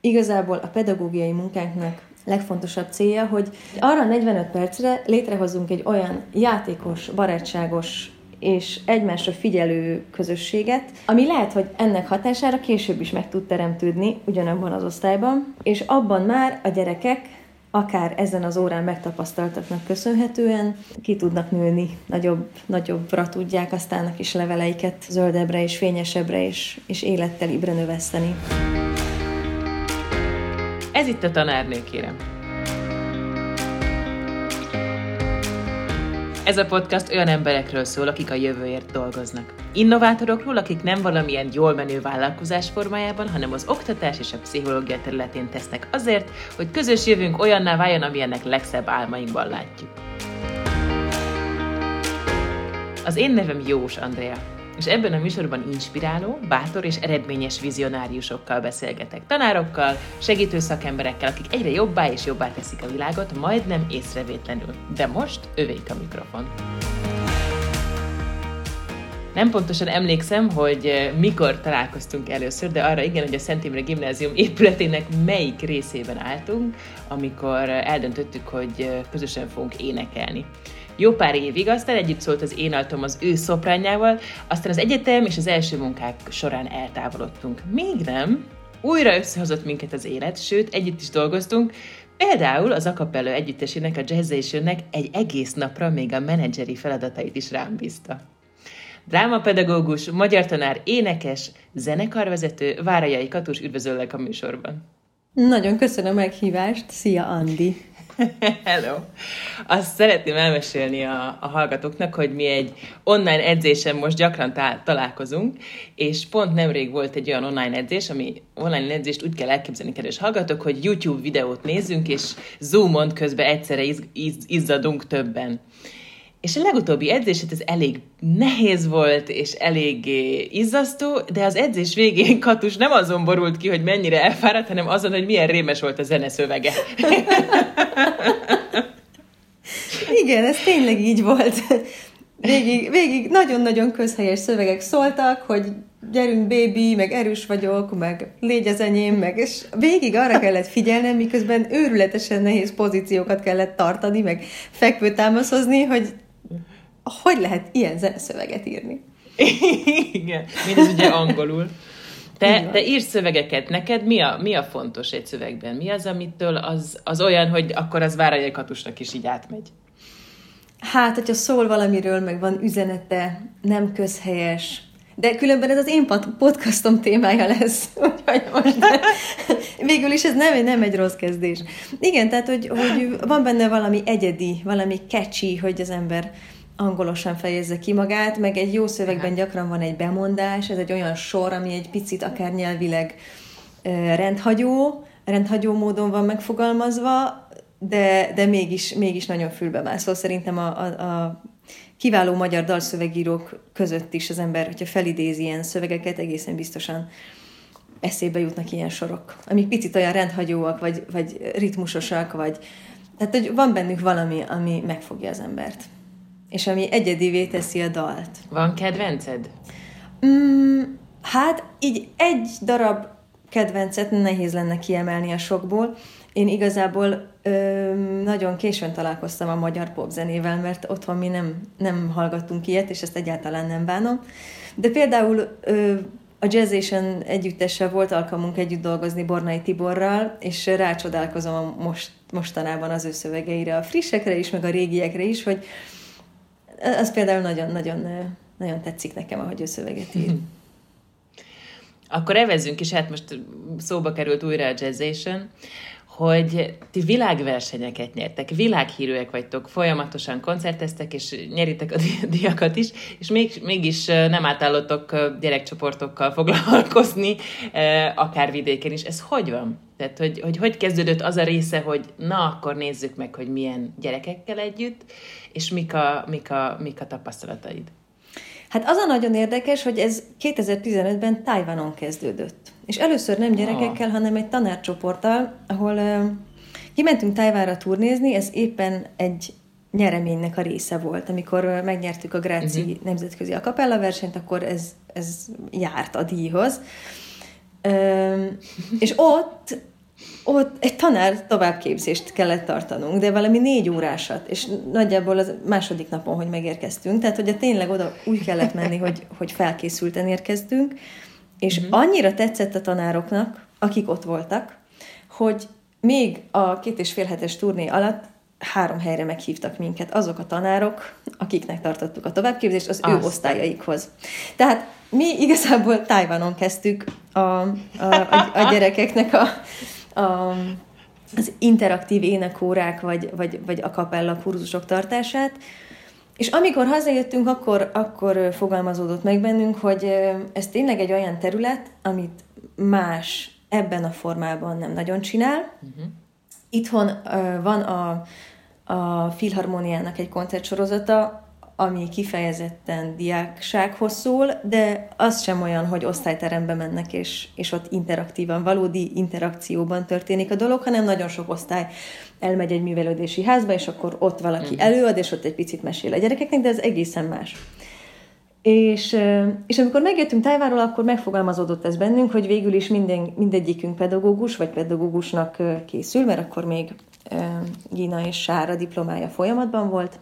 igazából a pedagógiai munkánknak legfontosabb célja, hogy arra 45 percre létrehozzunk egy olyan játékos, barátságos és egymásra figyelő közösséget, ami lehet, hogy ennek hatására később is meg tud teremtődni ugyanabban az osztályban, és abban már a gyerekek akár ezen az órán megtapasztaltaknak köszönhetően ki tudnak nőni, nagyobbra tudják aztán a kis leveleiket zöldebbre és fényesebbre és élettelibre növeszteni. Ez itt a Tanárnő, kérem. Ez a podcast olyan emberekről szól, akik a jövőért dolgoznak. Innovátorokról, akik nem valamilyen jól menő vállalkozás formájában, hanem az oktatás és a pszichológia területén tesznek azért, hogy közös jövőnk olyanná váljon, amilyennek legszebb álmainkban látjuk. Az én nevem Jós Andrea, és ebben a műsorban inspiráló, bátor és eredményes vizionáriusokkal beszélgetek. Tanárokkal, segítő szakemberekkel, akik egyre jobbá és jobbá teszik a világot, majdnem észrevétlenül. De most övék a mikrofon. Nem pontosan emlékszem, hogy mikor találkoztunk először, de arra igen, hogy a Szent Imre Gimnázium épületének melyik részében álltunk, amikor eldöntöttük, hogy közösen fogunk énekelni. Jó pár évig, aztán együtt szólt az én altom az ő szopránjával, aztán az egyetem és az első munkák során eltávolodtunk. Még nem, újra összehozott minket az élet, sőt, együtt is dolgoztunk, például az a cappella együttesének, a Jazzationnek egy egész napra még a menedzseri feladatait is rám bízta. Drámapedagógus, magyar tanár, énekes, zenekarvezető, Várajai Katus, üdvözöllek a műsorban. Nagyon köszönöm a meghívást, szia Andi! Hello! Azt szeretném elmesélni a hallgatóknak, hogy mi egy online edzésen most gyakran találkozunk, és pont nemrég volt egy olyan online edzés, ami online edzést úgy kell elképzelni, kedves hallgatók, hogy YouTube videót nézzünk, és Zoomon közben egyszerre izzadunk többen. És a legutóbbi edzés, ez elég nehéz volt, és elég izzasztó, de az edzés végén Katus nem azon borult ki, hogy mennyire elfáradt, hanem azon, hogy milyen rémes volt a zeneszövege. Igen, ez tényleg így volt. Végig nagyon-nagyon közhelyes szövegek szóltak, hogy gyerünk bébi, meg erős vagyok, meg légy az enyém, meg, és végig arra kellett figyelnem, miközben őrületesen nehéz pozíciókat kellett tartani, meg fekvőtámaszozni, hogy lehet ilyen zeneszöveget írni. Igen, mindez ugye angolul. Te írsz szövegeket, neked mi a fontos egy szövegben? Mi az, amitől az olyan, hogy akkor az Várajai Katusnak is így átmegy? Hát, hogyha szól valamiről, meg van üzenete, nem közhelyes, de különben ez az én podcastom témája lesz. Úgyhogy most végül is ez nem egy rossz kezdés. Igen, tehát, hogy van benne valami egyedi, valami catchy, hogy az ember angolosan fejezze ki magát, meg egy jó szövegben gyakran van egy bemondás, ez egy olyan sor, ami egy picit akár nyelvileg rendhagyó módon van megfogalmazva, de mégis nagyon fülbemászó. Szerintem a kiváló magyar dalszövegírók között is az ember, hogyha felidézi ilyen szövegeket, egészen biztosan eszébe jutnak ilyen sorok, amik picit olyan rendhagyóak, vagy ritmusosak, tehát hogy van bennük valami, ami megfogja az embert. És ami egyedivé teszi a dalt. Van kedvenced? Hát így egy darab kedvencet nehéz lenne kiemelni a sokból. Én igazából nagyon későn találkoztam a magyar popzenével, mert otthon mi nem hallgattunk ilyet, és ezt egyáltalán nem bánom. De például a Jazzation együttessel volt alkalmunk együtt dolgozni Bornai Tiborral, és rácsodálkozom mostanában az ő szövegeire, a frissekre is, meg a régiekre is, hogy az például nagyon tetszik nekem, ahogy ő szöveget ír. Akkor evezzünk is, hát most szóba került újra a Jazzation, hogy ti világversenyeket nyertek, világhírűek vagytok, folyamatosan koncerteztek, és nyeritek a díjakat is, és mégis nem átállottok gyerekcsoportokkal foglalkozni, akár vidéken is. Ez hogy van? Tehát, hogy kezdődött az a része, hogy na, akkor nézzük meg, hogy milyen gyerekekkel együtt, és mik a tapasztalataid? Hát az a nagyon érdekes, hogy ez 2015-ben Tajvanon kezdődött. És először nem gyerekekkel, hanem egy tanárcsoporttal, ahol kimentünk Tajvánra turnézni, ez éppen egy nyereménynek a része volt. Amikor megnyertük a Gráci nemzetközi a cappella versenyt, akkor ez járt a díjhoz. És ott ott egy tanár továbbképzést kellett tartanunk, de valami 4 órásat, és nagyjából az második napon, hogy megérkeztünk, tehát hogy tényleg oda úgy kellett menni, hogy felkészülten érkeztünk, és annyira tetszett a tanároknak, akik ott voltak, hogy még a 2,5 hetes turné alatt 3 helyre meghívtak minket azok a tanárok, akiknek tartottuk a továbbképzést, az ő osztályaikhoz. Tehát mi igazából Tajvanon kezdtük a gyerekeknek az interaktív énekórák, vagy a kapella kurzusok tartását, és amikor hazajöttünk, akkor fogalmazódott meg bennünk, hogy ez tényleg egy olyan terület, amit más ebben a formában nem nagyon csinál. Itthon van a Filharmoniának egy koncertsorozata, ami kifejezetten diáksághoz szól, de az sem olyan, hogy osztályterembe mennek, és ott interaktívan, valódi interakcióban történik a dolog, hanem nagyon sok osztály elmegy egy művelődési házba, és akkor ott valaki előad, és ott egy picit mesél a gyerekeknek, de ez egészen más. És amikor megjöttünk Tajvanról, akkor megfogalmazódott ez bennünk, hogy végül is mindegyikünk pedagógus, vagy pedagógusnak készül, mert akkor még Gina és Sára diplomája folyamatban volt.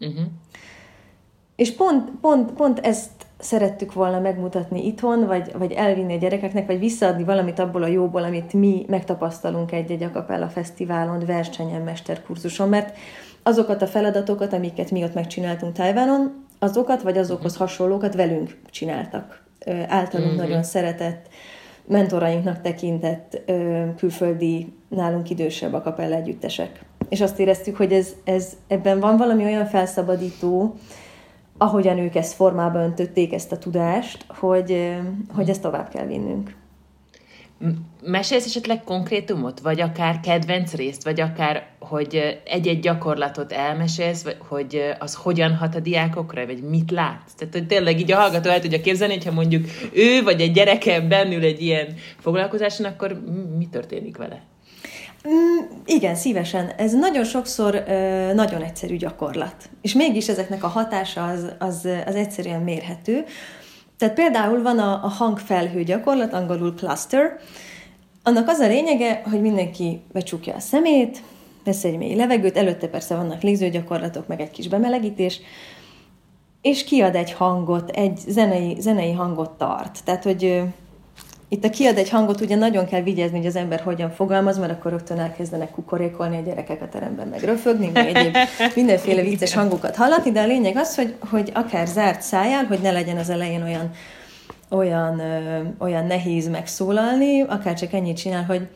És pont ezt szerettük volna megmutatni itthon, vagy elvinni a gyerekeknek, vagy visszaadni valamit abból a jóból, amit mi megtapasztalunk egy a Capella Fesztiválon, versenyen, mesterkurzuson, mert azokat a feladatokat, amiket mi ott megcsináltunk Tajvanon, azokat, vagy azokhoz hasonlókat velünk csináltak. Általunk nagyon szeretett, mentorainknak tekintett, külföldi, nálunk idősebb a kapella együttesek. És azt éreztük, hogy ebben van valami olyan felszabadító, ahogyan ők ezt formába öntötték, ezt a tudást, hogy ezt tovább kell vinnünk. Mesélsz esetleg konkrétumot, vagy akár kedvenc részt, vagy akár, hogy egy-egy gyakorlatot elmesélsz, vagy hogy az hogyan hat a diákokra, vagy mit látsz? Tehát, hogy tényleg így a hallgató el tudja képzelni, hogyha mondjuk ő vagy egy gyereke bennül egy ilyen foglalkozáson, akkor mi történik vele? Igen, szívesen. Ez nagyon sokszor nagyon egyszerű gyakorlat. És mégis ezeknek a hatása az egyszerűen mérhető. Tehát például van a hangfelhő gyakorlat, angolul cluster. Annak az a lényege, hogy mindenki becsukja a szemét, vesz egy mély levegőt, előtte persze vannak légzőgyakorlatok, meg egy kis bemelegítés, és kiad egy hangot, egy zenei hangot tart. Tehát, hogy itt a kiad egy hangot, ugye nagyon kell vigyázni, hogy az ember hogyan fogalmaz, mert akkor rögtön elkezdenek kukorékolni a gyerekek a teremben, meg röfögni, meg egyéb mindenféle vicces hangokat hallatni, de a lényeg az, hogy akár zárt szájjal, hogy ne legyen az elején olyan nehéz megszólalni, akár csak ennyit csinál, hogy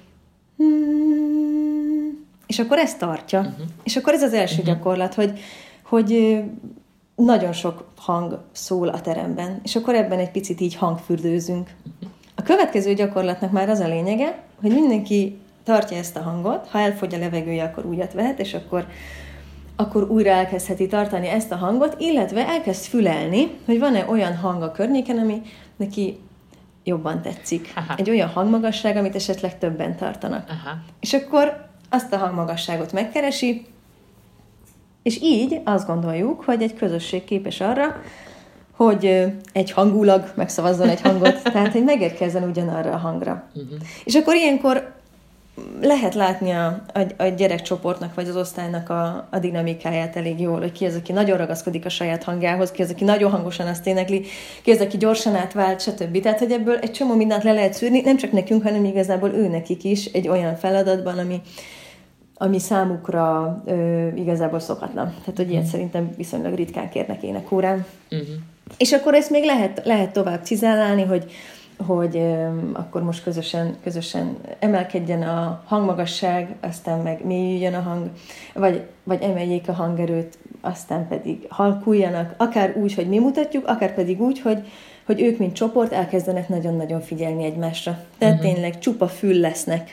és akkor ezt tartja. És akkor ez az első gyakorlat, hogy nagyon sok hang szól a teremben, és akkor ebben egy picit így hangfürdőzünk. A következő gyakorlatnak már az a lényege, hogy mindenki tartja ezt a hangot, ha elfogy a levegője, akkor újat vehet, és akkor újra elkezdheti tartani ezt a hangot, illetve elkezd fülelni, hogy van-e olyan hang a környéken, ami neki jobban tetszik. Aha. Egy olyan hangmagasság, amit esetleg többen tartanak. Aha. És akkor azt a hangmagasságot megkeresi, és így azt gondoljuk, hogy egy közösség képes arra, hogy egy hangulag megszavazzon egy hangot, tehát hogy megérkezzen ugyanarra a hangra. És akkor ilyenkor lehet látni a gyerekcsoportnak, vagy az osztálynak a dinamikáját elég jól, hogy ki az, aki nagyon ragaszkodik a saját hangjához, ki az, aki nagyon hangosan azt énekli, ki az, aki gyorsan átvált, stb. Tehát, hogy ebből egy csomó mindent le lehet szűrni, nem csak nekünk, hanem igazából nekik is egy olyan feladatban, ami számukra igazából szokatlan. Tehát, hogy ilyet szerintem viszonylag ritkán kérnek énekórán. És akkor ezt még lehet tovább cizellálni, hogy akkor most közösen emelkedjen a hangmagasság, aztán meg mélyüljön a hang, vagy emeljék a hangerőt, aztán pedig halkuljanak, akár úgy, hogy mi mutatjuk, akár pedig úgy, hogy ők, mint csoport elkezdenek nagyon-nagyon figyelni egymásra. Tehát tényleg csupa fül lesznek.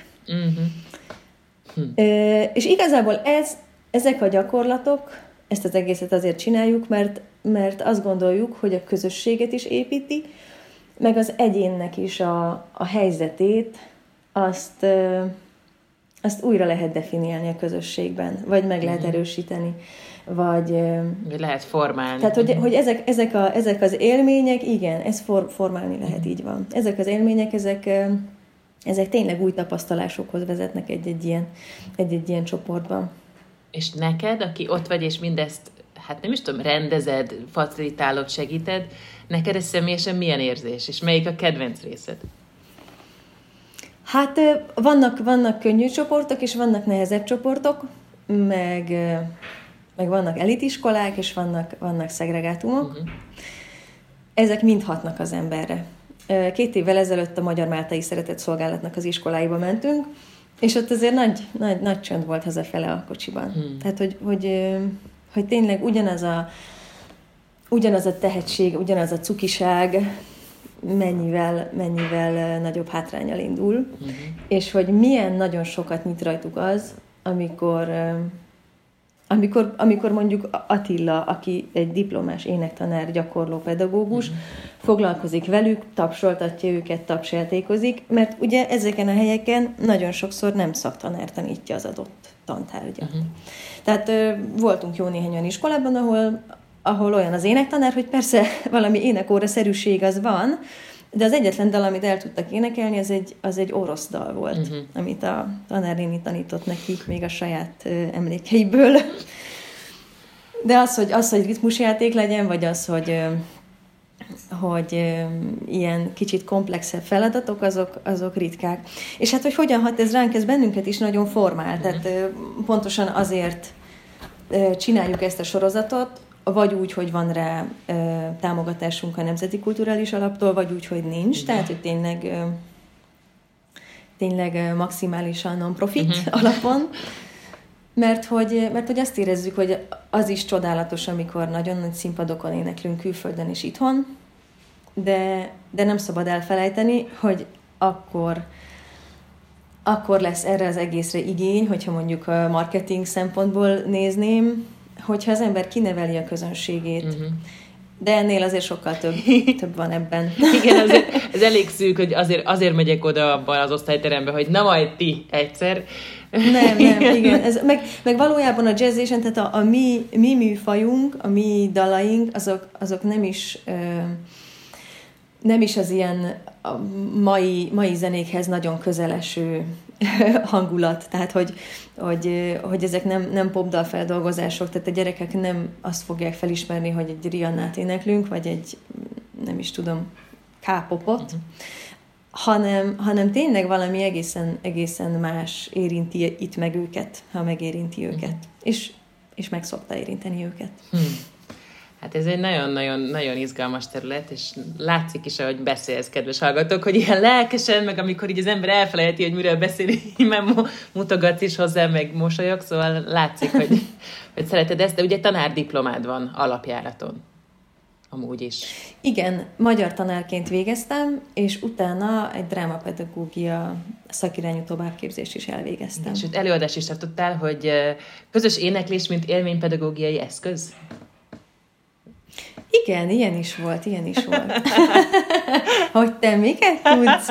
És igazából ezek a gyakorlatok, ezt az egészet azért csináljuk, mert azt gondoljuk, hogy a közösséget is építi, meg az egyénnek is a helyzetét, azt újra lehet definiálni a közösségben, vagy meg lehet erősíteni, vagy lehet formálni. Tehát, hogy ezek az élmények, igen, ezt formálni lehet, így van. Ezek az élmények, ezek ezek tényleg új tapasztalásokhoz vezetnek egy-egy ilyen csoportban. És neked, aki ott vagy, és mindezt, hát nem is tudom, rendezed, facilitálod, segíted, neked ez személyesen milyen érzés, és melyik a kedvenc részed? Hát vannak könnyű csoportok, és vannak nehezebb csoportok, meg vannak elitiskolák, és vannak szegregátumok. Uh-huh. Ezek mind hatnak az emberre. 2 évvel ezelőtt a Magyar Máltai Szeretetszolgálatnak az iskoláiba mentünk, és ott azért nagy csönd volt hazafele a kocsiban. Tehát, hogy tényleg ugyanaz a tehetség, ugyanaz a cukiság mennyivel nagyobb hátránnyal indul, és hogy milyen nagyon sokat nyit rajtuk az, amikor mondjuk Attila, aki egy diplomás énektanár, gyakorló pedagógus, foglalkozik velük, tapsoltatja őket, tapsjátékozik, mert ugye ezeken a helyeken nagyon sokszor nem szaktanár tanítja az adott tantárgyat. Tehát voltunk jó néhány olyan iskolában, ahol olyan az énektanár, hogy persze valami énekóra-szerűség az van, de az egyetlen dal, amit el tudtak énekelni, az egy orosz dal volt, amit a tanárnéni tanított nekik még a saját emlékeiből. De az, hogy ritmusjáték legyen, vagy az, hogy ilyen kicsit komplexebb feladatok, azok ritkák. És hát, hogy hogyan hat ez ránk, ez bennünket is nagyon formál. Tehát pontosan azért csináljuk ezt a sorozatot, vagy úgy, hogy van rá támogatásunk a Nemzeti Kulturális Alaptól, vagy úgy, hogy nincs. Tehát, hogy tényleg maximálisan non-profit alapon. Mert hogy azt érezzük, hogy az is csodálatos, amikor nagyon nagy színpadokon éneklünk külföldön és itthon, de nem szabad elfelejteni, hogy akkor lesz erre az egészre igény, hogyha mondjuk a marketing szempontból nézném, hogyha az ember kineveli a közönségét. De ennél azért sokkal több van ebben. Igen, ez elég szűk, hogy azért megyek oda abban az osztályterembe, hogy na majd ti egyszer. Nem, igen. Meg valójában a jazzésen, tehát a mi műfajunk, a mi dalaink, azok nem is az ilyen a mai zenékhez nagyon közeleső hangulat. Tehát, hogy ezek nem popdal feldolgozások, tehát a gyerekek nem azt fogják felismerni, hogy egy Rihannát éneklünk, vagy egy, nem is tudom, K-popot, hanem tényleg valami egészen más érinti itt meg őket, ha megérinti őket. És meg szokta érinteni őket. Hát ez egy nagyon izgalmas terület, és látszik is, ahogy beszélsz, kedves hallgatók, hogy ilyen lelkesen, meg amikor így az ember elfelejti, hogy miről beszél, már mutogatsz is hozzá, meg mosolyog, szóval látszik, hogy szereted ezt, de ugye tanárdiplomád van alapjáraton. Amúgy is. Igen, magyar tanárként végeztem, és utána egy drámapedagógia szakirányú továbbképzést is elvégeztem. Sőt, előadást is tartottál, hogy közös éneklés, mint élménypedagógiai eszköz? Igen, ilyen is volt. Hogy te miket tudsz?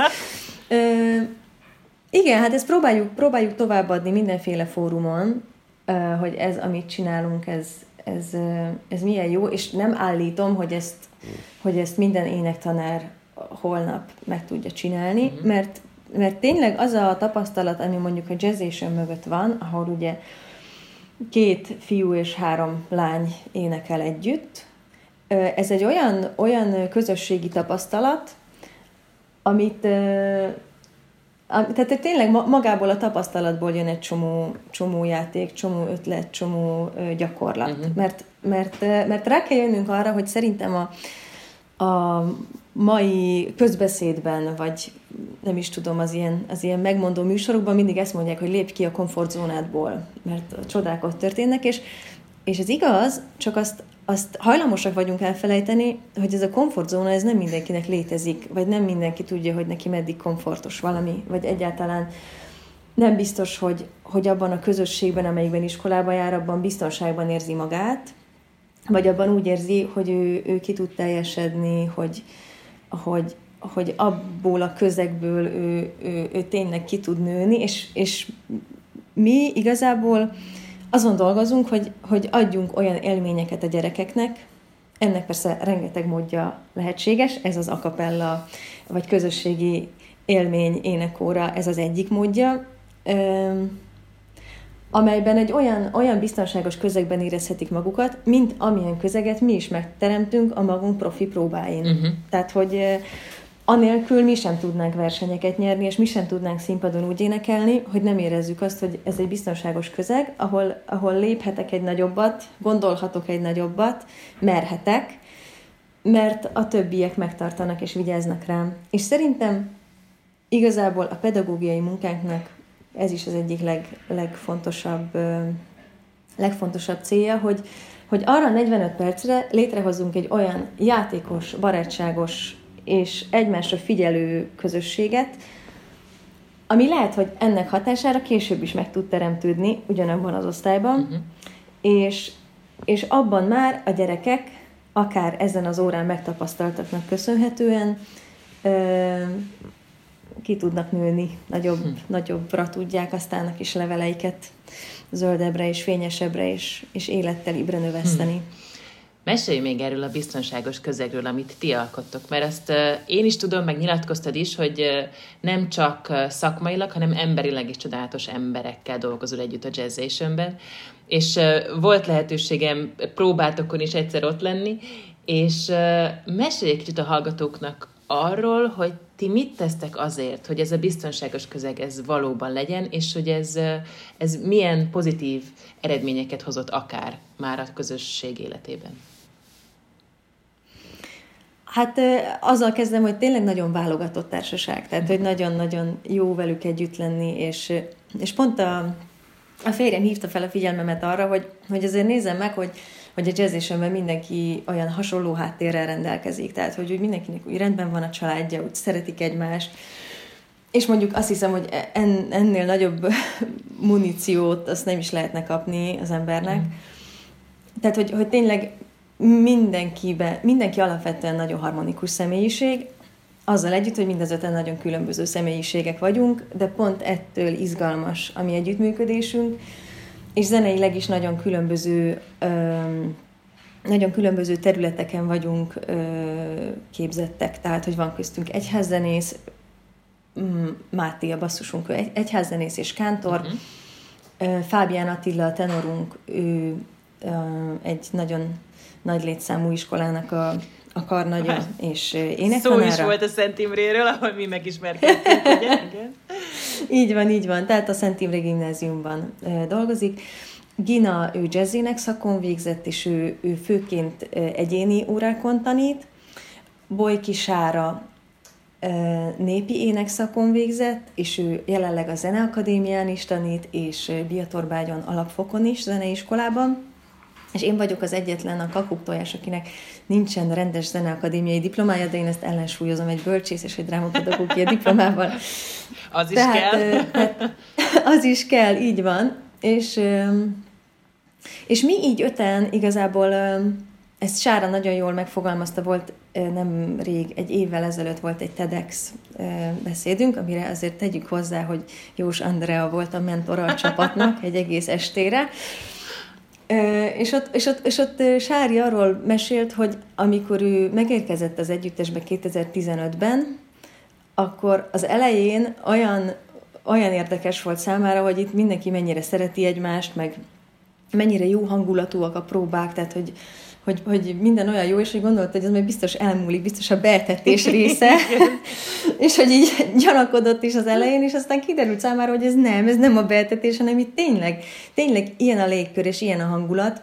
Igen, hát ezt próbáljuk továbbadni mindenféle fórumon, hogy ez, amit csinálunk, ez milyen jó, és nem állítom, hogy ezt minden énektanár holnap meg tudja csinálni, mert tényleg az a tapasztalat, ami mondjuk a jazzation mögött van, ahol ugye 2 fiú és 3 lány énekel együtt, ez egy olyan közösségi tapasztalat, amit tehát tényleg magából a tapasztalatból jön egy csomó játék, csomó ötlet, csomó gyakorlat. Mert rá kell jönnünk arra, hogy szerintem a mai közbeszédben, vagy nem is tudom, az ilyen megmondó műsorokban mindig ezt mondják, hogy lépj ki a komfortzónádból, mert a csodák ott történnek, és ez igaz, csak azt hajlamosak vagyunk elfelejteni, hogy ez a komfortzóna, ez nem mindenkinek létezik, vagy nem mindenki tudja, hogy neki meddig komfortos valami, vagy egyáltalán nem biztos, hogy abban a közösségben, amelyikben iskolába jár, abban biztonságban érzi magát, vagy abban úgy érzi, hogy ő ki tud teljesedni, hogy abból a közegből ő tényleg ki tud nőni, és mi igazából azon dolgozunk, hogy adjunk olyan élményeket a gyerekeknek, ennek persze rengeteg módja lehetséges, ez az a cappella, vagy közösségi élmény énekóra, ez az egyik módja, amelyben egy olyan biztonságos közegben érezhetik magukat, mint amilyen közeget mi is megteremtünk a magunk profi próbáin. Tehát, hogy anélkül mi sem tudnánk versenyeket nyerni, és mi sem tudnánk színpadon úgy énekelni, hogy nem érezzük azt, hogy ez egy biztonságos közeg, ahol léphetek egy nagyobbat, gondolhatok egy nagyobbat, merhetek, mert a többiek megtartanak és vigyáznak rám. És szerintem igazából a pedagógiai munkánknak ez is az egyik legfontosabb célja, hogy arra 45 percre létrehozunk egy olyan játékos, barátságos és egymásra figyelő közösséget, ami lehet, hogy ennek hatására később is meg tud teremtődni ugyanabban az osztályban, és abban már a gyerekek, akár ezen az órán megtapasztaltaknak köszönhetően ki tudnak nőni, nagyobbra tudják aztán a kis leveleiket zöldebbre és fényesebbre és élettelibre növeszteni. Mesélj még erről a biztonságos közegről, amit ti alkottok, mert ezt én is tudom, meg nyilatkoztad is, hogy nem csak szakmailag, hanem emberileg is csodálatos emberekkel dolgozol együtt a Jazzationben, és volt lehetőségem próbáltokon is egyszer ott lenni, és mesélj egy kicsit a hallgatóknak arról, hogy ti mit tesztek azért, hogy ez a biztonságos közeg ez valóban legyen, és hogy ez milyen pozitív eredményeket hozott akár már a közösség életében? Hát azzal kezdem, hogy tényleg nagyon válogatott társaság, tehát hogy nagyon-nagyon jó velük együtt lenni, és pont a férjem hívta fel a figyelmemet arra, hogy azért nézzem meg, hogy a Jazzationben mindenki olyan hasonló háttérrel rendelkezik, tehát hogy úgy mindenkinek úgy rendben van a családja, úgy szeretik egymást, és mondjuk azt hiszem, hogy ennél nagyobb muníciót azt nem is lehetne kapni az embernek. Tehát, hogy tényleg mindenki alapvetően nagyon harmonikus személyiség, azzal együtt, hogy mind az öten nagyon különböző személyiségek vagyunk, de pont ettől izgalmas a mi együttműködésünk, és zeneileg is nagyon különböző területeken vagyunk képzettek. Tehát, hogy van köztünk egyházzenész, Máté a basszusunk, egyházzenész és kántor, Fábián Attila a tenorunk, ő egy nagyon nagy létszámú iskolának a karnagya és énektanára. Szó is volt a Szent Imréről, ahol mi megismerkedtünk, ugye? Így van. Tehát a Szent Imre gimnáziumban dolgozik. Gina, ő jazzének szakon végzett, és ő főként egyéni órákon tanít. Bojki Sára népi énekszakon végzett, és ő jelenleg a Zeneakadémián is tanít, és Biatorbágyon alapfokon is, zeneiskolában. És én vagyok az egyetlen a kakuktojás, akinek nincsen rendes zeneakadémiai diplomája, de én ezt ellensúlyozom egy bölcsész és egy drámapedagógia diplomával. Az is kell. Az is kell, így van. És mi így öten igazából, ezt Sára nagyon jól megfogalmazta, volt nem rég, egy évvel ezelőtt volt egy TEDx beszédünk, amire azért tegyük hozzá, hogy Jós Andrea volt a mentora a csapatnak egy egész estére. És ott Sári arról mesélt, hogy amikor ő megérkezett az együttesbe 2015-ben, akkor az elején olyan érdekes volt számára, hogy itt mindenki mennyire szereti egymást, meg mennyire jó hangulatúak a próbák, tehát hogy minden olyan jó, és hogy gondolt, hogy ez majd biztos elmúlik, biztos a betetés része, és hogy így gyanakodott is az elején, és aztán kiderült számára, hogy ez nem a betetés, hanem itt tényleg ilyen a légkör, és ilyen a hangulat.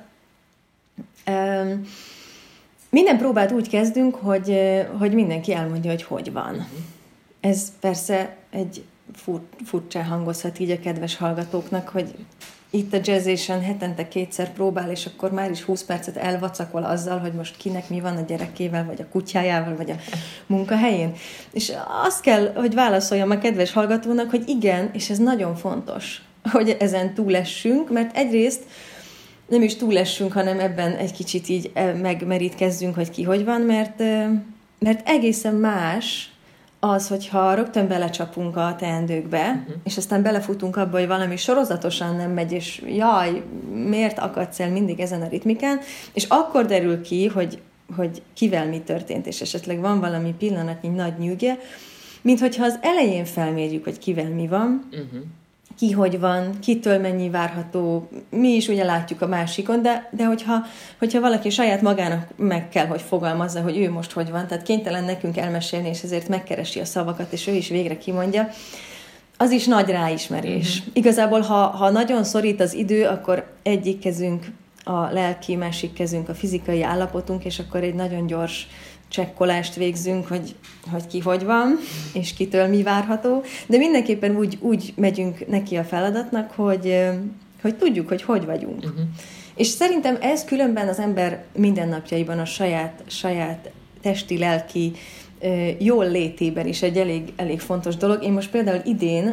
Minden próbát úgy kezdünk, hogy mindenki elmondja, hogy van. Ez persze egy furcsán hangozhat így a kedves hallgatóknak, hogy itt a Jazzation hetente 2-szer próbál, és akkor már is 20 percet elvacakol azzal, hogy most kinek mi van a gyerekével, vagy a kutyájával, vagy a munkahelyén. És azt kell, hogy válaszoljam a kedves hallgatónak, hogy igen, és ez nagyon fontos, hogy ezen túlessünk, mert egyrészt nem is túlessünk, hanem ebben egy kicsit így megmerítkezzünk, hogy ki hogy van, mert egészen más az, hogyha rögtön belecsapunk a teendőkbe, és aztán belefutunk abba, hogy valami sorozatosan nem megy, és jaj, miért akadsz el mindig ezen a ritmikán, és akkor derül ki, hogy kivel mi történt, és esetleg van valami pillanatnyi nagy nyűgje, mint hogyha az elején felmérjük, hogy kivel mi van, ki hogy van, kitől mennyi várható, mi is ugye látjuk a másikon, de hogyha valaki saját magának meg kell, hogy fogalmazza, hogy ő most hogy van, tehát kénytelen nekünk elmesélni, és ezért megkeresi a szavakat, és ő is végre kimondja, az is nagy ráismerés. Igazából, ha nagyon szorít az idő, akkor egyik kezünk a lelki, másik kezünk a fizikai állapotunk, és akkor egy nagyon gyors csekkolást végzünk, hogy ki hogy van, és kitől mi várható. De mindenképpen úgy megyünk neki a feladatnak, hogy tudjuk, hogy vagyunk. És szerintem ez különben az ember mindennapjaiban a saját testi, lelki jól létében is egy elég fontos dolog. Én most például idén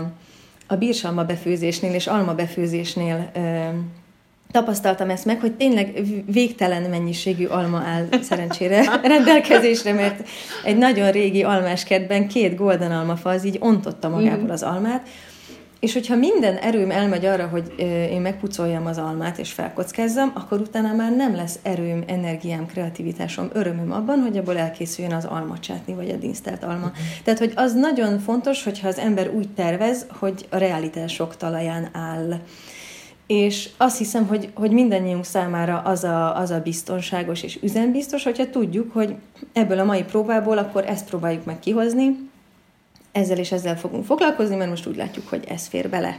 a bírsalma befőzésnél és alma befőzésnél tapasztaltam ezt meg, hogy tényleg végtelen mennyiségű alma áll szerencsére rendelkezésre, mert egy nagyon régi almáskertben 2 golden almafa az így ontotta magából az almát, és hogyha minden erőm elmegy arra, hogy én megpucoljam az almát és felkockázzam, akkor utána már nem lesz erőm, energiám, kreativitásom, örömöm abban, hogy abból elkészüljön az almacsátni, vagy a dinsztelt alma. Tehát, hogy az nagyon fontos, hogyha az ember úgy tervez, hogy a realitások talaján áll. És azt hiszem, hogy mindannyiunk számára az a biztonságos és üzembiztos, hogyha tudjuk, hogy ebből a mai próbából akkor ezt próbáljuk meg kihozni, ezzel és ezzel fogunk foglalkozni, mert most úgy látjuk, hogy ez fér bele.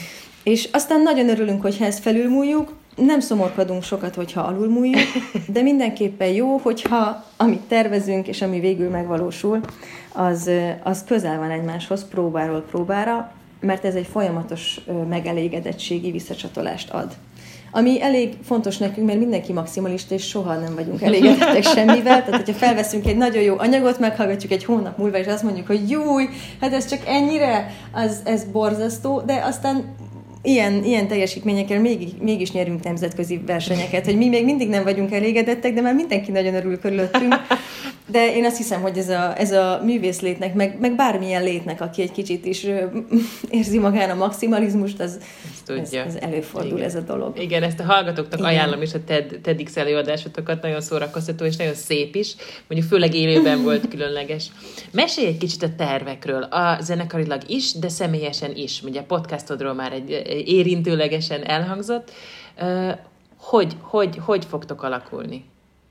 És aztán nagyon örülünk, hogyha ezt felülmúljuk, nem szomorkodunk sokat, hogyha alulmúljuk, de mindenképpen jó, hogyha amit tervezünk, és ami végül megvalósul, az közel van egymáshoz, próbáról próbára, mert ez egy folyamatos megelégedettségi visszacsatolást ad. Ami elég fontos nekünk, mert mindenki maximalista, és soha nem vagyunk elégedettek semmivel. Tehát, hogyha felveszünk egy nagyon jó anyagot, meghallgatjuk egy hónap múlva, és azt mondjuk, hogy júj, hát ez csak ennyire, ez borzasztó, de aztán ilyen teljesítményekkel mégis nyerünk nemzetközi versenyeket, hogy mi még mindig nem vagyunk elégedettek, de már mindenki nagyon örül körülöttünk. De én azt hiszem, hogy ez a művészlétnek, meg bármilyen létnek, aki egy kicsit is érzi magán a maximalizmust, ez előfordul. Igen. Ez a dolog. Igen, ezt a hallgatóknak ajánlom is a TEDx előadásotokat, nagyon szórakoztató és nagyon szép is, mondjuk főleg élőben volt különleges. Mesélj egy kicsit a tervekről, a zenekarilag is, de személyesen is. Ugye a podcastodról már egy érintőlegesen elhangzott. Hogy fogtok alakulni?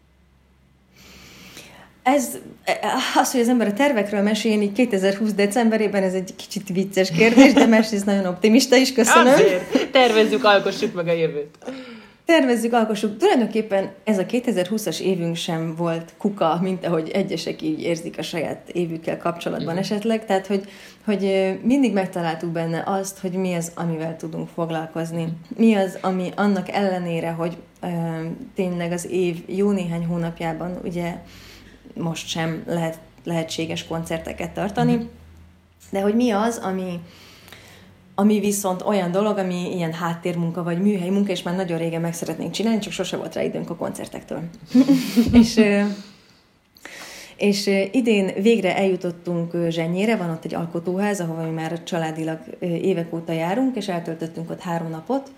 Az, hogy az ember a tervekről mesélni 2020 decemberében, ez egy kicsit vicces kérdés, de másrészt nagyon optimista is, köszönöm. Azért, tervezzük, alkossuk meg a jövőt. Tervezzük, alkossuk. Tulajdonképpen ez a 2020-as évünk sem volt kuka, mint ahogy egyesek így érzik a saját évükkel kapcsolatban esetleg. Tehát, hogy mindig megtaláltuk benne azt, hogy mi az, amivel tudunk foglalkozni. Mi az, ami annak ellenére, hogy tényleg az év jó néhány hónapjában ugye most sem lehetséges koncerteket tartani, de hogy mi az, ami viszont olyan dolog, ami ilyen háttérmunka vagy műhelyi munka, és már nagyon régen meg szeretnénk csinálni, csak sose volt rá időnk a koncertektől. és idén végre eljutottunk Zsenyére, van ott egy alkotóház, ahova mi már családilag évek óta járunk, és eltöltöttünk ott 3 napot,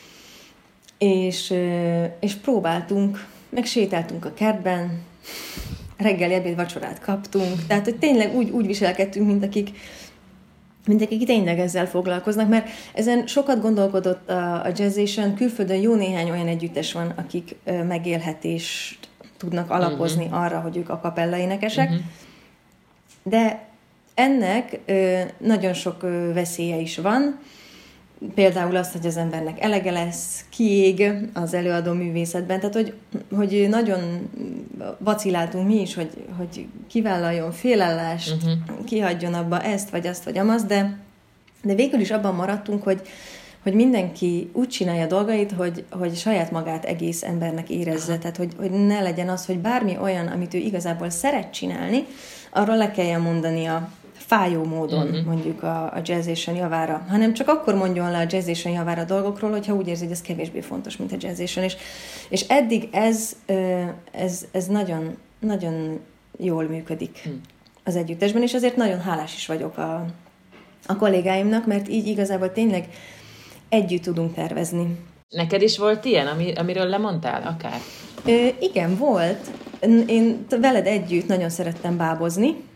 és próbáltunk, meg sétáltunk a kertben, reggeli, ebéd, vacsorát kaptunk, tehát hogy tényleg úgy viselkedtünk, mint akik tényleg ezzel foglalkoznak, mert ezen sokat gondolkodott a Jazzation, külföldön jó néhány olyan együttes van, akik megélhetést tudnak alapozni arra, hogy ők a kapella énekesek, de ennek nagyon sok veszélye is van, például az, hogy az embernek elege lesz, kiég az előadó művészetben, tehát hogy nagyon vaciláltunk mi is, hogy kivállaljon félállást, kihagyjon abba ezt, vagy azt, vagy amazt, de végül is abban maradtunk, hogy mindenki úgy csinálja dolgait, hogy saját magát egész embernek érezze, tehát hogy ne legyen az, hogy bármi olyan, amit ő igazából szeret csinálni, arról le kelljen mondania fájó módon, mondjuk a Jazzation javára, hanem csak akkor mondjon le a Jazzation javára dolgokról, hogyha úgy érzi, hogy ez kevésbé fontos, mint a Jazzation. És eddig ez nagyon, nagyon jól működik az együttesben, és azért nagyon hálás is vagyok a kollégáimnak, mert így igazából tényleg együtt tudunk tervezni. Neked is volt ilyen, amiről lemondtál akár? Igen, volt. Én veled együtt nagyon szerettem bábozni,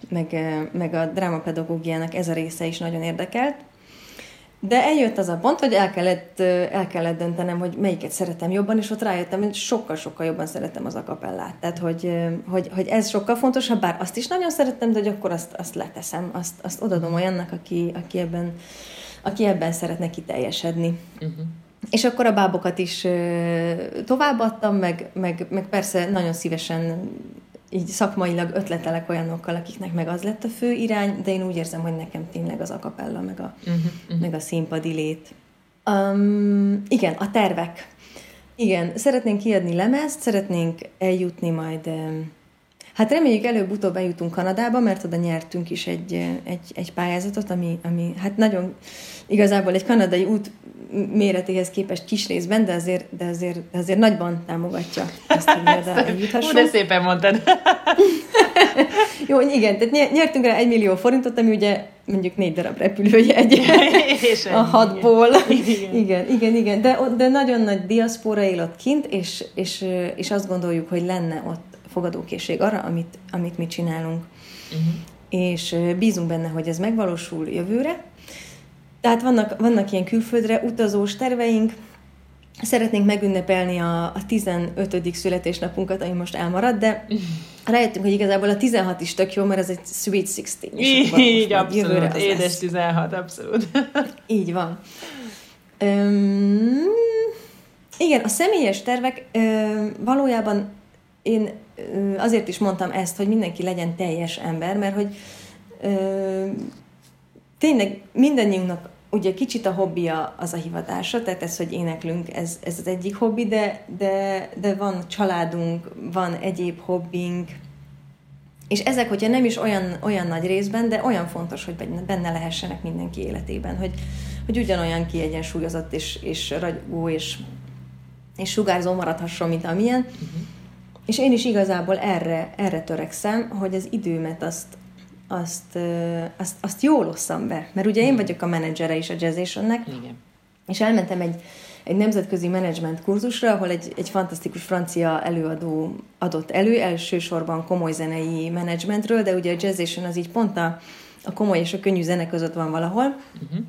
meg a drámapedagógiának ez a része is nagyon érdekelt. De eljött az a pont, hogy el kellett döntenem, hogy melyiket szeretem jobban, és ott rájöttem, hogy sokkal-sokkal jobban szeretem az acapellát. Tehát, hogy ez sokkal fontosabb, bár azt is nagyon szerettem, de hogy akkor azt leteszem, azt odadom olyannak, aki ebben szeretne kiteljesedni. Uh-huh. És akkor a bábokat is továbbadtam, meg persze nagyon szívesen így szakmailag ötletelek olyanokkal, akiknek meg az lett a fő irány, de én úgy érzem, hogy nekem tényleg az acapella, meg a színpadi lét. Igen, a tervek. Igen, szeretnénk kiadni lemezt, szeretnénk eljutni majd... Hát reméljük előbb-utóbb eljutunk Kanadába, mert oda nyertünk is egy pályázatot, ami hát nagyon igazából egy kanadai út méretéhez képest kis részben, de azért nagyban támogatja azt, hogy mi oda eljuthassunk. De szépen mondtad. Jó, igen, tehát nyertünk rá 1 millió forintot, ami ugye mondjuk 4 darab repülőjegy a 6-ból. Igen. De nagyon nagy diaszpóra él ott kint, és azt gondoljuk, hogy lenne ott fogadókészség arra, amit mi csinálunk. Uh-huh. És bízunk benne, hogy ez megvalósul jövőre. Tehát vannak ilyen külföldre utazós terveink. Szeretnénk megünnepelni a 15. születésnapunkat, ami most elmarad, de rájöttünk, hogy igazából a 16 is tök jó, mert ez egy Sweet 16. Így, abszolút. Édes 16, abszolút. Így van. Igen, a személyes tervek valójában én azért is mondtam ezt, hogy mindenki legyen teljes ember, mert hogy tényleg mindannyiunknak ugye kicsit a hobbija az a hivatása, tehát ez, hogy éneklünk, ez az egyik hobbi, de van családunk, van egyéb hobbink, és ezek, hogyha nem is olyan nagy részben, de olyan fontos, hogy benne lehessenek mindenki életében, hogy ugyanolyan kiegyensúlyozott és ragyogó és sugárzó maradhasson, mint amilyen. Uh-huh. És én is igazából erre törekszem, hogy az időmet azt jól osszam be. Mert ugye én vagyok a menedzsere is a Jazzationnek, és elmentem egy nemzetközi menedzsment kurzusra, ahol egy fantasztikus francia előadó adott elsősorban komoly zenei menedzsmentről, de ugye a Jazzation az így pont a komoly és a könnyű zene között van valahol. Uh-huh.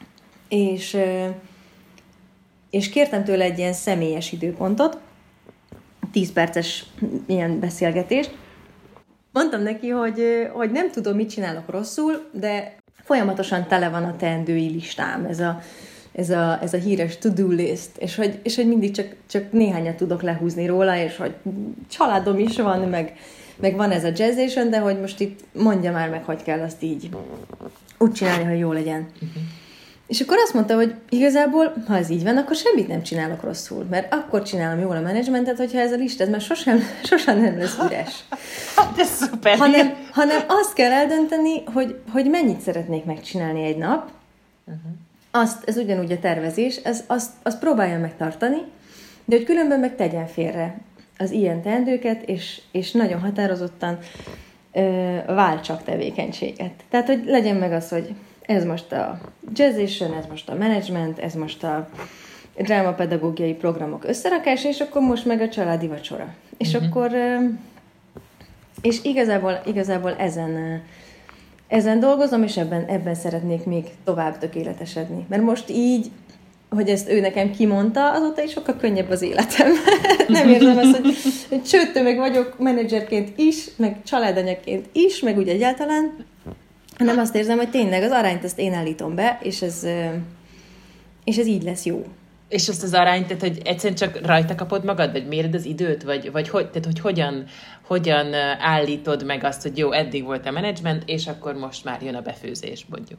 És kértem tőle egy ilyen személyes időpontot, 10 perces ilyen beszélgetést. Mondtam neki, hogy nem tudom, mit csinálok rosszul, de folyamatosan tele van a teendői listám, ez a híres to-do list, és hogy mindig csak néhányat tudok lehúzni róla, és hogy családom is van, meg van ez a Jazzation, de hogy most itt mondja már meg, hogy kell azt így úgy csinálni, hogy jó legyen. Uh-huh. És akkor azt mondta, hogy igazából, ha ez így van, akkor semmit nem csinálok rosszul, mert akkor csinálom jól a menedzsmentet, hogyha ez a lista, ez már sosem nem lesz üres. De szuper! Hanem azt kell eldönteni, hogy mennyit szeretnék megcsinálni egy nap. Uh-huh. Ez ugyanúgy a tervezés, azt próbálja megtartani, de hogy különben meg tegyen félre az ilyen teendőket, és nagyon határozottan váltsak tevékenységet. Tehát, hogy legyen meg az, hogy ez most a Jazzation, ez most a management, ez most a drámapedagógiai programok összerakása, és akkor most meg a családi vacsora. És akkor, és igazából ezen dolgozom, és ebben szeretnék még tovább tökéletesedni. Mert most így, hogy ezt ő nekem kimondta, azóta is sokkal könnyebb az életem. Nem érzem azt, hogy csőttő vagyok menedzserként is, meg családanyaként is, meg úgy egyáltalán, hanem azt érzem, hogy tényleg az arányt ezt én állítom be, és ez így lesz jó. És azt az arányt, tehát, hogy egyszerűen csak rajta kapod magad, vagy méred az időt, vagy hogyan állítod meg azt, hogy jó, eddig volt a menedzsment, és akkor most már jön a befőzés, mondjuk?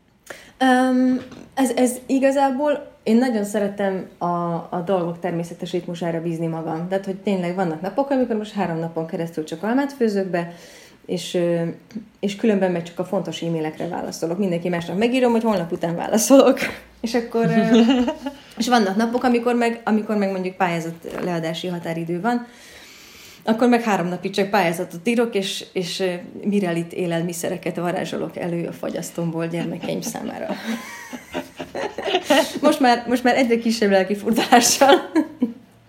Ez igazából, én nagyon szeretem a dolgok természetes ritmusára bízni magam. Tehát, hogy tényleg vannak napok, amikor most 3 napon keresztül csak almát főzök be, és különben meg csak a fontos e-mailekre válaszolok. Mindenki másnap megírom, hogy holnap után válaszolok. És akkor és vannak napok, amikor meg mondjuk pályázat leadási határidő van, akkor meg 3 napig csak pályázatot írok, és Mirelit élelmiszereket varázsolok elő a fagyasztomból gyermekeim számára. Most már egyre kisebb lelkifurdalással.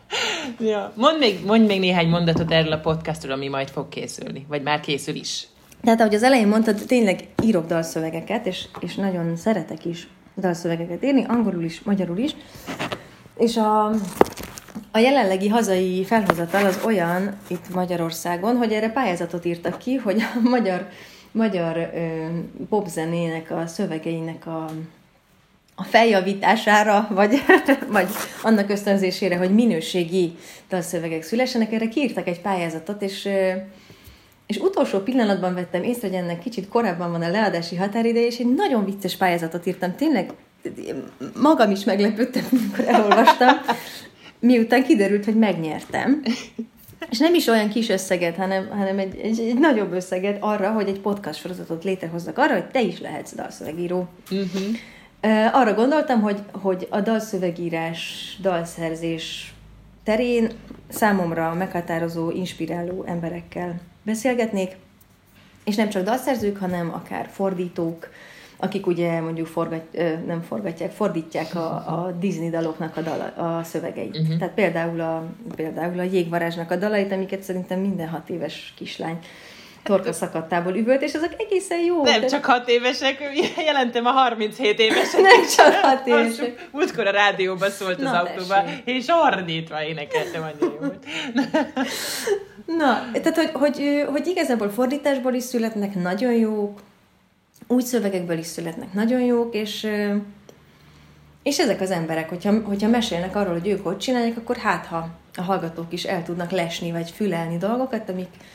Ja. Mondj még néhány mondatot erről a podcastról, ami majd fog készülni, vagy már készül is. Tehát, ahogy az elején mondtad, tényleg írok dalszövegeket, és nagyon szeretek is dalszövegeket írni, angolul is, magyarul is. És a jelenlegi hazai felhozatal az olyan itt Magyarországon, hogy erre pályázatot írtak ki, hogy a magyar popzenének a szövegeinek a feljavítására, vagy annak ösztönzésére, hogy minőségi dalszövegek szülessenek, erre kiírtak egy pályázatot, és utolsó pillanatban vettem észre, hogy ennek kicsit korábban van a leadási határideje, és egy nagyon vicces pályázatot írtam. Tényleg magam is meglepődtem, amikor elolvastam, miután kiderült, hogy megnyertem. És nem is olyan kis összeget, hanem egy nagyobb összeget arra, hogy egy podcast sorozatot létrehozzak arra, hogy te is lehetsz dalszövegíró. Arra gondoltam, hogy a dalszövegírás, dalszerzés terén számomra meghatározó, inspiráló emberekkel beszélgetnék, és nem csak dalszerzők, hanem akár fordítók, akik ugye mondjuk fordítják a Disney daloknak a szövegeit. Tehát például a Jégvarázsnak a dalait, amiket szerintem minden 6 éves kislány torka szakadtából üvölt, és azok egészen jó. Nem csak 6 évesek, jelentem a 37 évesek. Nem csak 6 évesek. Múltkor a rádióban szólt az autóban, és ordítva énekeltem, annyira jó volt. Na, tehát, hogy igazából fordításból is születnek nagyon jók, új szövegekből is születnek nagyon jók, és ezek az emberek, hogyha mesélnek arról, hogy ők hogy csinálják, akkor ha a hallgatók is el tudnak lesni, vagy fülelni dolgokat,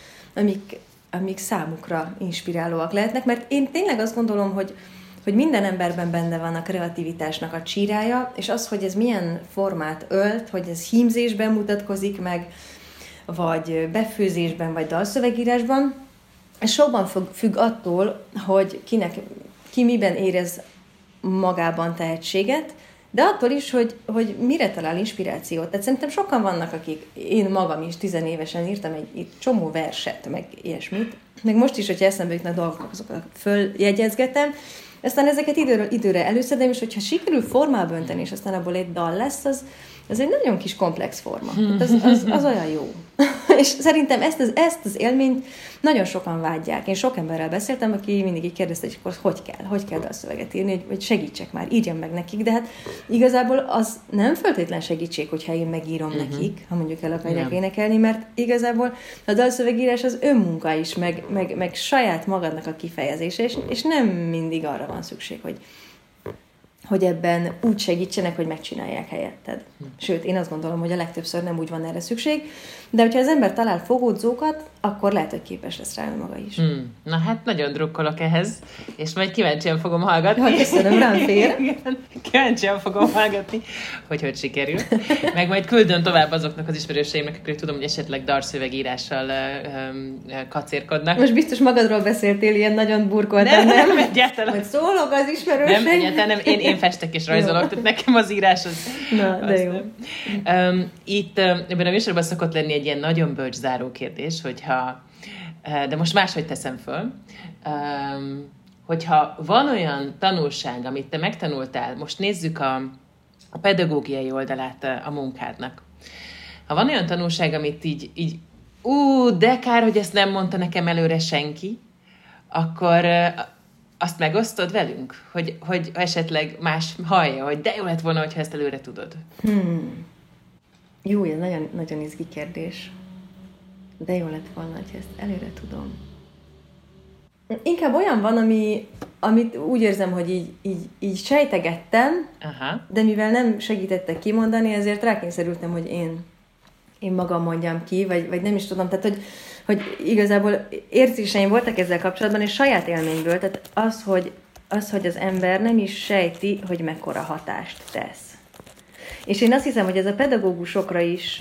amik számukra inspirálóak lehetnek, mert én tényleg azt gondolom, hogy minden emberben benne van a kreativitásnak a csírája, és az, hogy ez milyen formát ölt, hogy ez hímzésben mutatkozik meg, vagy befőzésben, vagy dalszövegírásban, ez sokban függ attól, hogy ki miben érez magában tehetséget, de attól is, hogy mire talál inspirációt. Tehát szerintem sokan vannak, akik, én magam is 10 évesen írtam egy csomó verset, meg ilyesmit, meg most is, hogyha eszembe jutnak dolgok, azokat följegyezgetem, aztán ezeket időre előszedem, és hogyha sikerül formába önteni, és aztán abból egy dal lesz, az egy nagyon kis komplex forma. Az olyan jó. És szerintem ezt az élményt nagyon sokan vágyják. Én sok emberrel beszéltem, aki mindig így kérdezte, hogy hogy kell dalszöveget írni, hogy segítsek már, írjam meg nekik, de hát igazából az nem feltétlen segítség, hogyha én megírom nekik, ha mondjuk el akarják énekelni, mert igazából a dalszövegírás az önmunka is, meg saját magadnak a kifejezése, és nem mindig arra van szükség, hogy ebben úgy segítsenek, hogy megcsinálják helyetted. Sőt, én azt gondolom, hogy a legtöbbször nem úgy van erre szükség, de hogyha az ember talál fogódzókat, akkor lehet, hogy képes lesz rá maga is. Na hát nagyon drukkolok ehhez, és majd kíváncsian fogom hallgatni. Ja, köszönöm, rám fér. Kíváncsian fogom hallgatni, hogy sikerül. Meg majd küldöm tovább azoknak az ismerőseimnek, akik tudom, hogy esetleg dalszövegírással kacérkodnak. Most biztos magadról beszéltél, ilyen nagyon burkoltál, nem? Nem, egyáltalán. Majd szólok az ismerőseim. Nem, egyáltalán nem. Én festek és rajzolok, tehát nekem az írás az... Na, de jó. Itt ebben a műsorban szokott lenni egy ilyen nagyon bölcs záró kérdés, de most máshogy teszem föl, hogyha van olyan tanulság, amit te megtanultál, most nézzük a pedagógiai oldalát a munkádnak. Ha van olyan tanulság, amit így de kár, hogy ezt nem mondta nekem előre senki, akkor azt megosztod velünk? Hogy esetleg más hallja, hogy de jó lett volna, hogyha ezt előre tudod. Jó, ez nagyon, nagyon izgi kérdés. De jó lett volna, hogy ezt előre tudom. Inkább olyan van, amit úgy érzem, hogy így sejtegettem, de mivel nem segítettek kimondani, ezért rákényszerültem, hogy én magam mondjam ki, vagy nem is tudom. Tehát, hogy igazából érzéseim voltak ezzel kapcsolatban, és saját élményből, tehát az, hogy az ember nem is sejti, hogy mekkora hatást tesz. És én azt hiszem, hogy ez a pedagógusokra is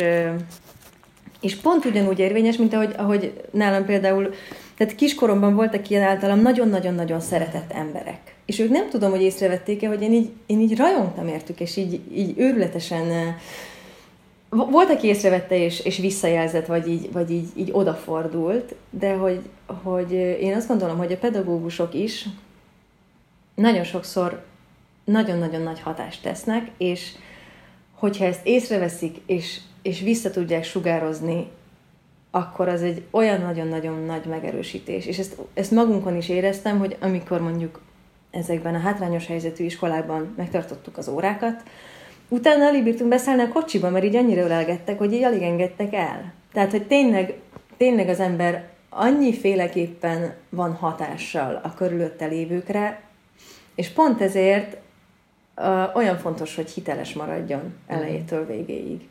pont ugyanúgy érvényes, mint ahogy nálam például, tehát kiskoromban voltak ilyen általam nagyon-nagyon-nagyon szeretett emberek. És ők nem tudom, hogy észrevették-e, hogy én így rajongtam értük, és így őrületesen... Volt, aki észrevette és visszajelzett, vagy így odafordult, de hogy én azt gondolom, hogy a pedagógusok is nagyon sokszor nagyon-nagyon nagy hatást tesznek, és hogyha ezt észreveszik, és vissza tudják sugározni akkor az egy olyan nagyon-nagyon nagy megerősítés. És ezt magunkon is éreztem, hogy amikor mondjuk ezekben a hátrányos helyzetű iskolákban megtartottuk az órákat, utána alig bírtunk beszállni a kocsiba, mert így annyira ölelgettek, hogy így alig engedtek el. Tehát, hogy tényleg az ember annyiféleképpen van hatással a körülötte lévőkre, és pont ezért olyan fontos, hogy hiteles maradjon elejétől végéig.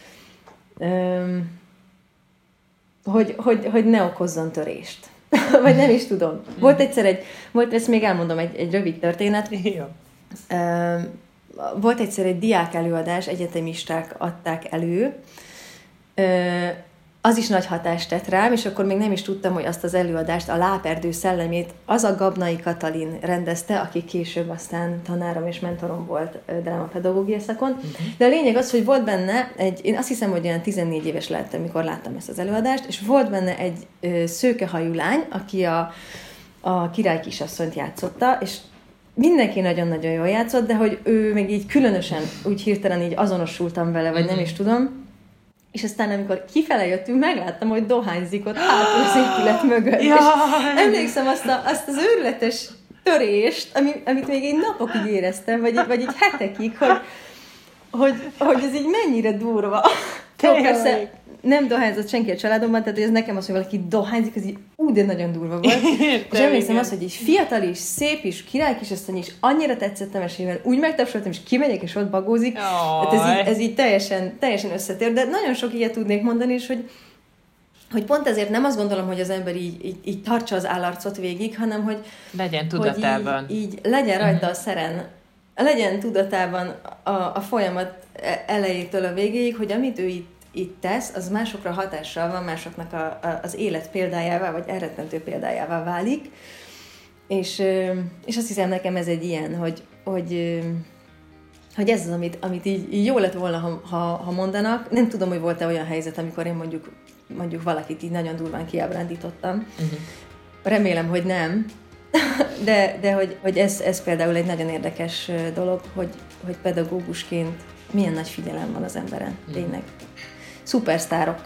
Hogy ne okozzon törést. Vagy nem is tudom. Volt ezt még elmondom, egy rövid történet. Volt egyszer egy diák előadás, egyetemisták adták elő, az is nagy hatást tett rám, és akkor még nem is tudtam, hogy azt az előadást, a Láperdő szellemét az a Gabnai Katalin rendezte, aki később aztán tanárom és mentorom volt drámapedagógia szakon. De a lényeg az, hogy volt benne én azt hiszem, hogy olyan 14 éves lettem, amikor láttam ezt az előadást, és volt benne egy szőkehajú lány, aki a király kisasszonyt játszotta, és mindenki nagyon-nagyon jól játszott, de hogy ő még így különösen úgy hirtelen így azonosultam vele, vagy nem is tudom. És aztán, amikor kifele jöttünk, megláttam, hogy dohányzik ott hátul az épület mögött. Ja. És emlékszem azt az őrületes törést, amit még én napokig éreztem, vagy így hetekig, hogy ez így mennyire durva. Persze nem dohányzott senki a családomban, tehát ez nekem az, hogy valaki dohányzik, ez így de nagyon durva volt. És emlékszem azt, hogy így fiatal is, szép is, királykisasszony is, annyira tetszett a mesében, úgy megtapsoltam, és kimegyek, és ott bagózik. Hát ez így teljesen összetér, de nagyon sok ilyet tudnék mondani, és hogy pont ezért nem azt gondolom, hogy az ember így tartsa az állarcot végig, hanem hogy legyen tudatában. Hogy így legyen rajta a szeren, legyen tudatában a folyamat elejétől a végéig, hogy amit ő itt tesz, az másokra hatással van, másoknak az élet példájává, vagy elrettentő példájává válik. És azt hiszem, nekem ez egy ilyen, hogy ez az, amit így jó lett volna, ha mondanak. Nem tudom, hogy volt-e olyan helyzet, amikor én mondjuk valakit így nagyon durván kiábrándítottam. Remélem, hogy nem. De hogy ez például egy nagyon érdekes dolog, hogy pedagógusként milyen nagy figyelem van az emberen. Tényleg. Szupersztárok.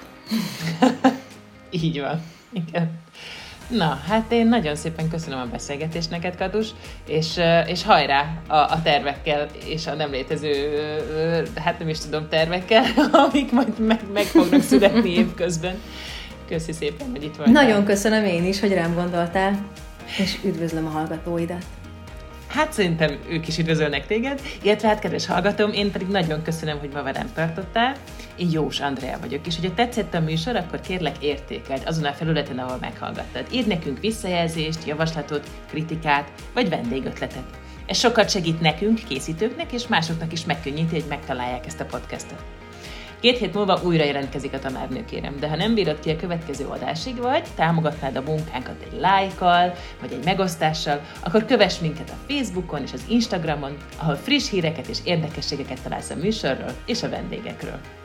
Így van. Igen. Na, hát én nagyon szépen köszönöm a beszélgetést neked, Katus, és hajrá a tervekkel, és a nem létező, hát nem is tudom, tervekkel, amik majd meg fognak születni évközben. Köszi szépen, hogy itt voltál. Nagyon köszönöm én is, hogy rám gondoltál, és üdvözlöm a hallgatóidat. Hát szerintem ők is üdvözölnek téged, illetve hát kedves hallgatóm, én pedig nagyon köszönöm, hogy ma velem tartottál. Én Jós Andrea vagyok, és hogyha tetszett a műsor, akkor kérlek értékeld azon a felületen, ahol meghallgattad. Írd nekünk visszajelzést, javaslatot, kritikát, vagy vendégötletet. Ez sokat segít nekünk, készítőknek, és másoknak is megkönnyíti, hogy megtalálják ezt a podcastot. 2 hét múlva újra jelentkezik a tanárnőkérem, de ha nem bírod ki a következő adásig, vagy támogatnád a munkánkat egy lájkkal, vagy egy megosztással, akkor kövess minket a Facebookon és az Instagramon, ahol friss híreket és érdekességeket találsz a műsorról és a vendégekről.